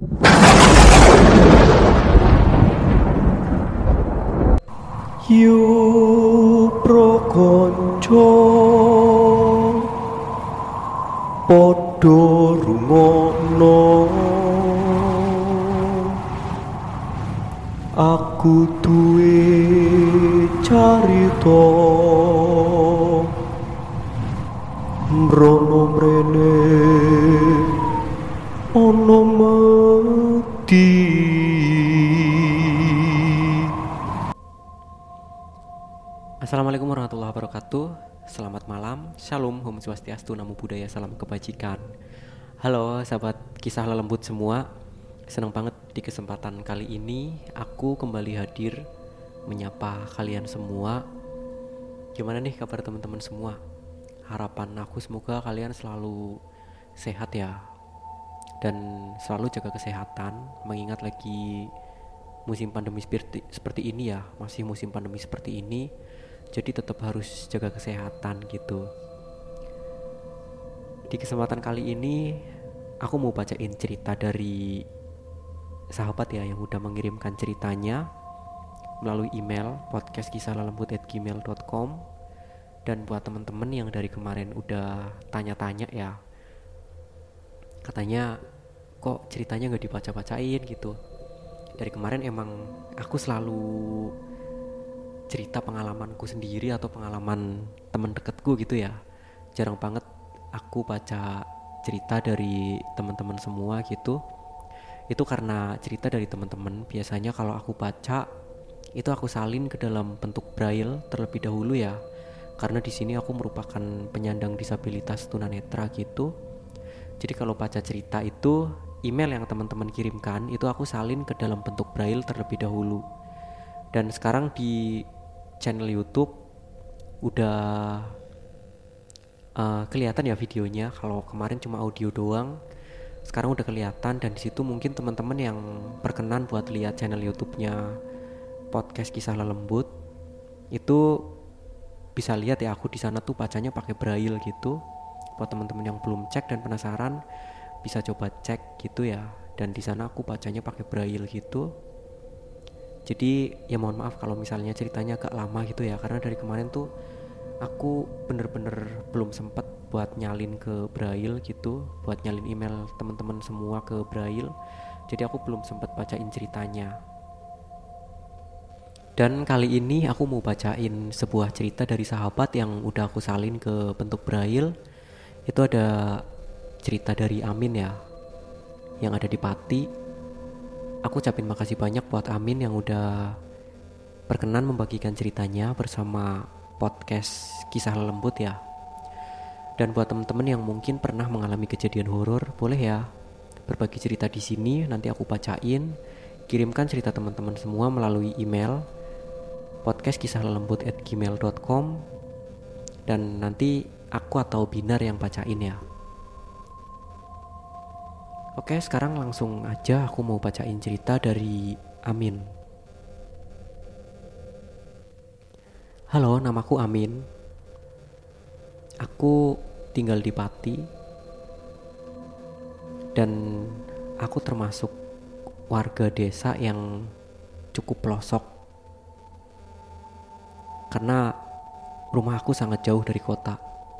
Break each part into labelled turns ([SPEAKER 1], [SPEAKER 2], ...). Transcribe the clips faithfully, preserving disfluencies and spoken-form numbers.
[SPEAKER 1] Yu prokonco podo rungono, aku duwe carita mrono mrene ono mati.
[SPEAKER 2] Assalamualaikum warahmatullahi wabarakatuh. Selamat malam, Shalom, Om Swastiastu, Namo Buddhaya, Salam Kebajikan. Halo sahabat kisah lelembut semua. Senang banget di kesempatan kali ini aku kembali hadir menyapa kalian semua. Gimana nih kabar teman-teman semua? Harapan aku semoga kalian selalu sehat ya, dan selalu jaga kesehatan. Mengingat lagi musim pandemi seperti, seperti ini ya, masih musim pandemi seperti ini, jadi tetap harus jaga kesehatan gitu. Di kesempatan kali ini aku mau bacain cerita dari sahabat ya yang udah mengirimkan ceritanya melalui email podcast kisah lelembut at gmail dot com. Dan buat teman-teman yang dari kemarin udah tanya-tanya ya, katanya kok ceritanya gak dibaca-bacain gitu. Dari kemarin emang aku selalu cerita pengalamanku sendiri atau pengalaman teman dekatku gitu ya. Jarang banget aku baca cerita dari teman-teman semua gitu. Itu karena cerita dari teman-teman biasanya kalau aku baca itu aku salin ke dalam bentuk braille terlebih dahulu ya. Karena di sini aku merupakan penyandang disabilitas tunanetra gitu. Jadi kalau baca cerita itu, email yang teman-teman kirimkan itu aku salin ke dalam bentuk braille terlebih dahulu. Dan sekarang di channel YouTube udah uh, kelihatan ya videonya. Kalau kemarin cuma audio doang, sekarang udah kelihatan. Dan di situ mungkin teman-teman yang berkenan buat lihat channel YouTube-nya podcast kisah lelembut itu bisa lihat ya, aku di sana tuh bacanya pakai braille gitu. Buat teman-teman yang belum cek dan penasaran bisa coba cek gitu ya. Dan di sana aku bacanya pakai braille gitu. Jadi ya mohon maaf kalau misalnya ceritanya agak lama gitu ya, karena dari kemarin tuh aku bener-bener belum sempet buat nyalin ke braille gitu, buat nyalin email teman-teman semua ke braille. Jadi aku belum sempet bacain ceritanya. Dan kali ini aku mau bacain sebuah cerita dari sahabat yang udah aku salin ke bentuk braille. Itu ada cerita dari Amin ya, yang ada di Pati. Aku ucapin makasih banyak buat Amin yang udah berkenan membagikan ceritanya bersama podcast kisah lelembut ya. Dan buat teman-teman yang mungkin pernah mengalami kejadian horor, boleh ya berbagi cerita di sini, nanti aku bacain. Kirimkan cerita teman-teman semua melalui email podcast kisah lelembut at gmail dot com, dan nanti aku atau Binar yang bacain ya. Oke, sekarang langsung aja aku mau bacain cerita dari Amin. Halo, namaku Amin. Aku tinggal di Pati, dan aku termasuk warga desa yang cukup pelosok karena rumah aku sangat jauh dari kota.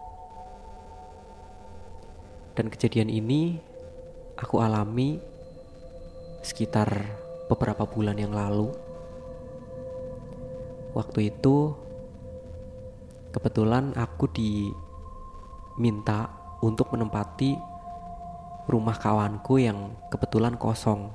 [SPEAKER 2] Dan kejadian ini aku alami sekitar beberapa bulan yang lalu. Waktu itu kebetulan aku diminta untuk menempati rumah kawanku yang kebetulan kosong.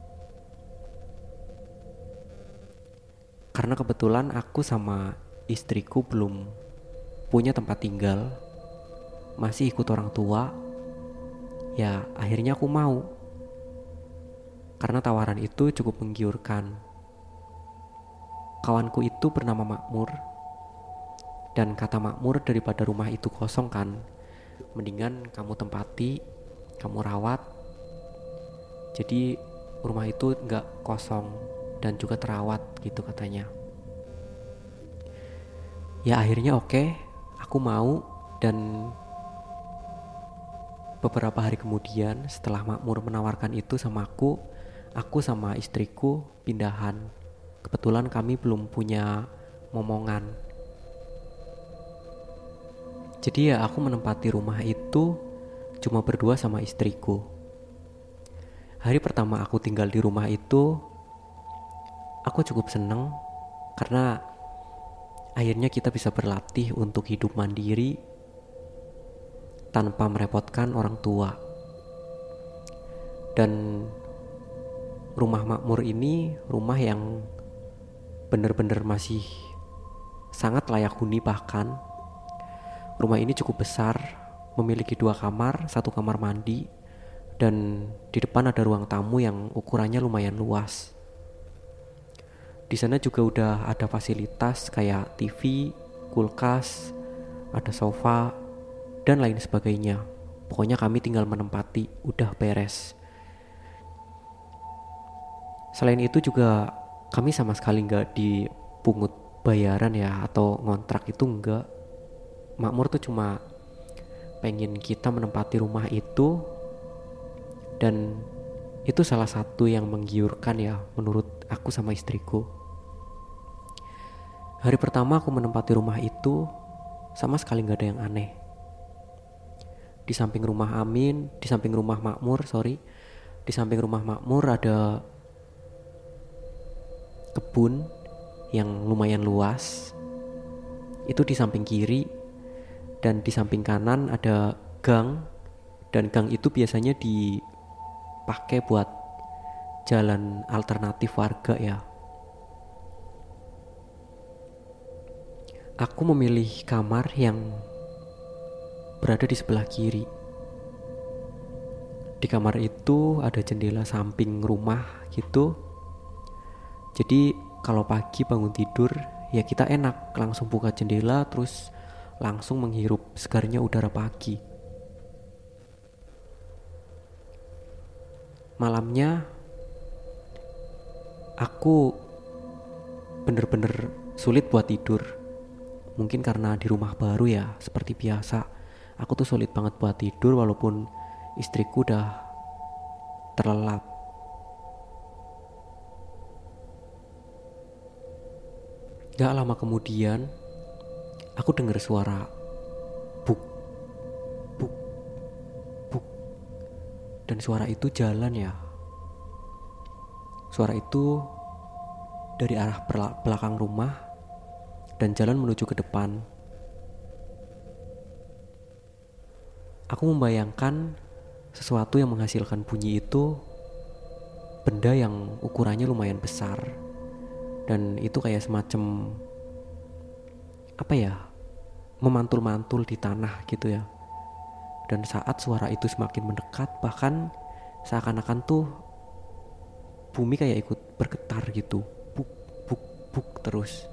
[SPEAKER 2] Karena kebetulan aku sama istriku belum punya tempat tinggal, masih ikut orang tua. Ya akhirnya aku mau, karena tawaran itu cukup menggiurkan. Kawanku itu bernama Makmur, dan kata Makmur, daripada rumah itu kosong kan, mendingan kamu tempati, kamu rawat. Jadi rumah itu gak kosong dan juga terawat gitu katanya. Ya akhirnya oke, aku mau. Dan beberapa hari kemudian setelah Makmur menawarkan itu sama aku, aku sama istriku pindahan. Kebetulan kami belum punya momongan. Jadi ya aku menempati rumah itu cuma berdua sama istriku. Hari pertama aku tinggal di rumah itu, aku cukup seneng karena akhirnya kita bisa berlatih untuk hidup mandiri tanpa merepotkan orang tua. Dan rumah Makmur ini rumah yang benar-benar masih sangat layak huni. Bahkan rumah ini cukup besar, memiliki dua kamar, satu kamar mandi, dan di depan ada ruang tamu yang ukurannya lumayan luas. Di sana juga udah ada fasilitas kayak T V, kulkas, ada sofa, dan lain sebagainya. Pokoknya kami tinggal menempati, udah beres. Selain itu juga kami sama sekali nggak dipungut bayaran ya, atau ngontrak itu enggak. Makmur tuh cuma pengen kita menempati rumah itu, dan itu salah satu yang menggiurkan ya menurut aku sama istriku. Hari pertama aku menempati rumah itu sama sekali nggak ada yang aneh. Di samping rumah Amin, di samping rumah Makmur, sorry, di samping rumah Makmur ada kebun yang lumayan luas. Itu di samping kiri. Dan di samping kanan ada gang, dan gang itu biasanya dipakai buat jalan alternatif warga ya. Aku memilih kamar yang berada di sebelah kiri. Di kamar itu ada jendela samping rumah gitu. Jadi kalau pagi bangun tidur ya kita enak langsung buka jendela, terus langsung menghirup segarnya udara pagi. Malamnya aku bener-bener sulit buat tidur. Mungkin karena di rumah baru ya, seperti biasa aku tuh sulit banget buat tidur walaupun istriku udah terlelap. Gak lama kemudian aku dengar suara buk, buk, buk. Dan suara itu jalan ya. Suara itu dari arah belakang rumah dan jalan menuju ke depan. Aku membayangkan sesuatu yang menghasilkan bunyi itu benda yang ukurannya lumayan besar. Dan itu kayak semacam apa ya, memantul-mantul di tanah gitu ya. Dan saat suara itu semakin mendekat, bahkan seakan-akan tuh bumi kayak ikut bergetar gitu, buk buk buk terus.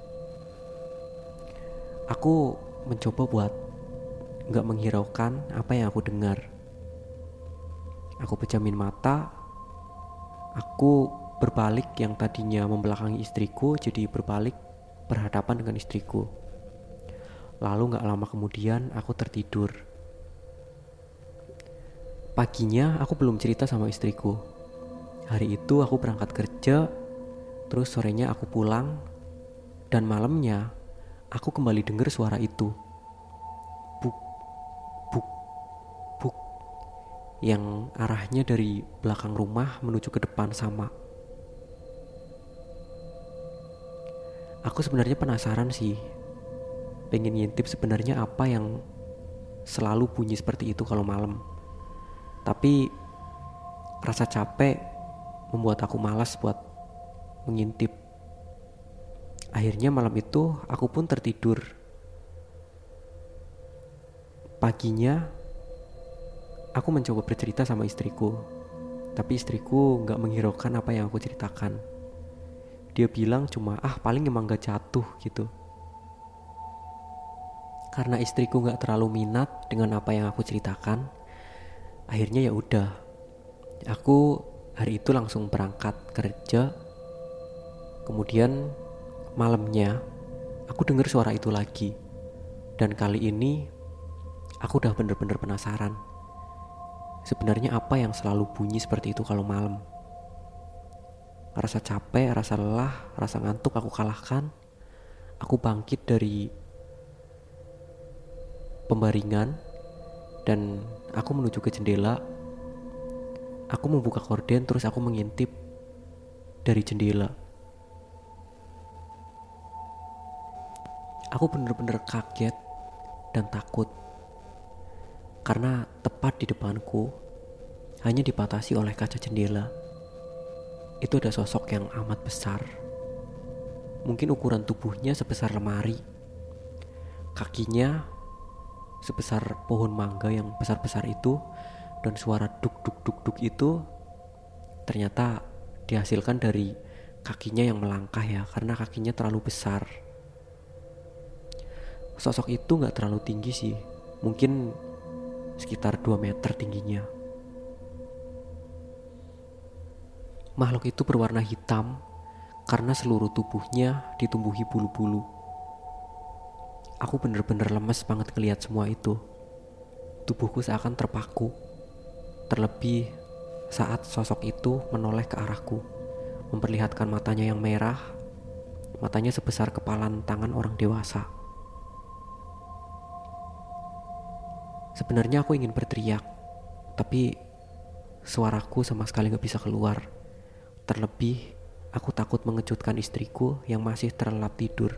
[SPEAKER 2] Aku mencoba buat gak menghiraukan apa yang aku dengar. Aku pejamin mata. Aku berbalik, yang tadinya membelakangi istriku jadi berbalik berhadapan dengan istriku. Lalu gak lama kemudian aku tertidur. Paginya aku belum cerita sama istriku. Hari itu aku berangkat kerja, terus sorenya aku pulang, dan malamnya aku kembali dengar suara itu. Buk, buk, buk. Yang arahnya dari belakang rumah menuju ke depan sama. Aku sebenarnya penasaran sih, pengen ngintip sebenarnya apa yang selalu bunyi seperti itu kalau malam. Tapi rasa capek membuat aku malas buat mengintip. Akhirnya malam itu aku pun tertidur. Paginya aku mencoba bercerita sama istriku, tapi istriku gak menghiraukan apa yang aku ceritakan. Dia bilang cuma ah paling emang gak jatuh gitu. Karena istriku gak terlalu minat dengan apa yang aku ceritakan, akhirnya ya udah, aku hari itu langsung berangkat kerja. Kemudian malamnya aku dengar suara itu lagi, dan kali ini aku udah bener-bener penasaran. sebenarnya apa yang selalu bunyi seperti itu kalau malam. Rasa capek, rasa lelah, rasa ngantuk aku kalahkan. Aku bangkit dari pembaringan dan aku menuju ke jendela. Aku membuka gorden terus aku mengintip dari jendela. Aku benar-benar kaget dan takut karena tepat di depanku hanya dibatasi oleh kaca jendela. Itu ada sosok yang amat besar. Mungkin ukuran tubuhnya sebesar lemari. Kakinya sebesar pohon mangga yang besar-besar itu, dan suara duk duk duk duk itu ternyata dihasilkan dari kakinya yang melangkah ya, karena kakinya terlalu besar. Sosok itu gak terlalu tinggi sih, mungkin sekitar dua meter tingginya. Makhluk itu berwarna hitam karena seluruh tubuhnya ditumbuhi bulu-bulu. Aku bener-bener lemes banget ngeliat semua itu. Tubuhku seakan terpaku. Terlebih saat sosok itu menoleh ke arahku, memperlihatkan matanya yang merah, matanya sebesar kepalan tangan orang dewasa. Sebenarnya aku ingin berteriak, tapi suaraku sama sekali gak bisa keluar. Terlebih aku takut mengejutkan istriku yang masih terlelap tidur.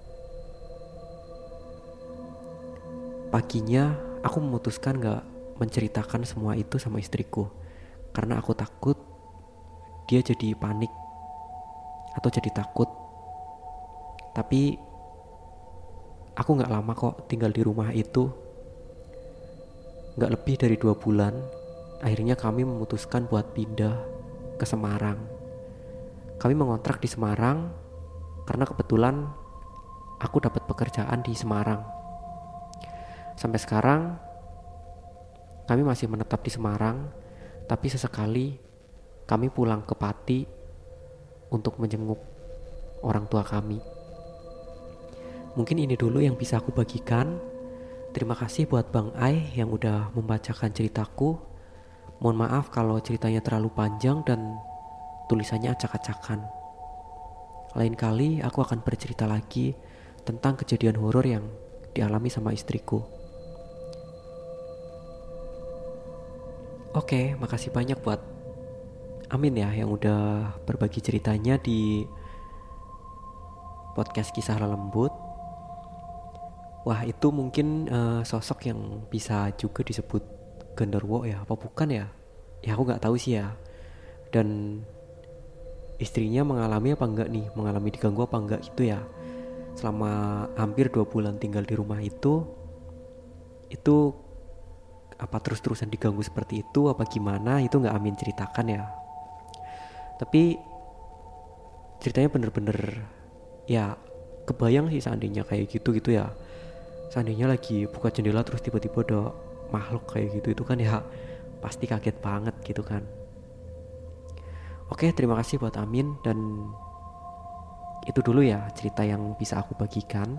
[SPEAKER 2] Paginya aku memutuskan gak menceritakan semua itu sama istriku, karena aku takut dia jadi panik atau jadi takut. Tapi aku gak lama kok tinggal di rumah itu. Gak lebih dari dua bulan, akhirnya kami memutuskan buat pindah ke Semarang. Kami mengontrak di Semarang karena kebetulan aku dapat pekerjaan di Semarang. Sampai sekarang kami masih menetap di Semarang, tapi sesekali kami pulang ke Pati untuk menjenguk orang tua kami. Mungkin ini dulu yang bisa aku bagikan. Terima kasih buat Bang Ai yang udah membacakan ceritaku. Mohon maaf kalau ceritanya terlalu panjang dan tulisannya acak-acakan. Lain kali aku akan bercerita lagi tentang kejadian horor yang dialami sama istriku. Oke, makasih banyak buat Amin ya yang udah berbagi ceritanya di podcast Kisah Lelembut. Wah, itu mungkin uh, sosok yang bisa juga disebut genderuwo ya, apa bukan ya? Ya aku gak tahu sih ya. Dan istrinya mengalami apa enggak nih, mengalami diganggu apa enggak gitu ya. Selama hampir dua bulan tinggal di rumah itu, itu apa terus-terusan diganggu seperti itu apa gimana, itu gak Amin ceritakan ya. Tapi ceritanya bener-bener ya kebayang sih seandainya kayak gitu gitu ya. Seandainya lagi buka jendela terus tiba-tiba ada makhluk kayak gitu, itu kan ya pasti kaget banget gitu kan. Oke, terima kasih buat Amin, dan itu dulu ya cerita yang bisa aku bagikan.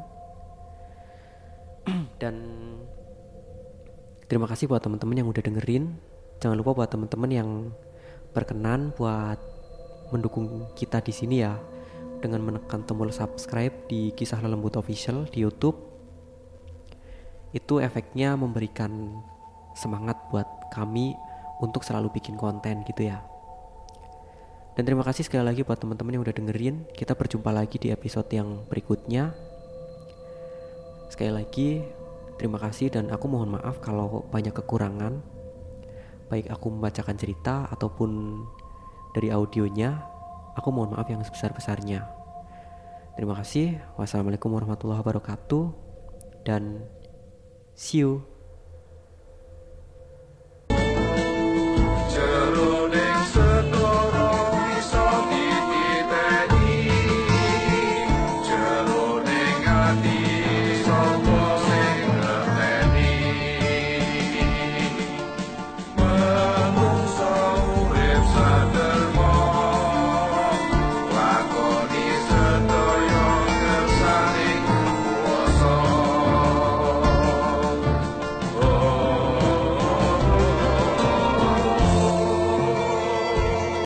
[SPEAKER 2] Dan terima kasih buat teman-teman yang udah dengerin. Jangan lupa buat teman-teman yang berkenan buat mendukung kita di sini ya, dengan menekan tombol subscribe di Kisah Lelembut Official di YouTube. Itu efeknya memberikan semangat buat kami untuk selalu bikin konten gitu ya. Dan terima kasih sekali lagi buat teman-teman yang udah dengerin. Kita berjumpa lagi di episode yang berikutnya. Sekali lagi terima kasih, dan aku mohon maaf kalau banyak kekurangan, baik aku membacakan cerita ataupun dari audionya. Aku mohon maaf yang sebesar-besarnya. Terima kasih. Wassalamualaikum warahmatullahi wabarakatuh, dan see you.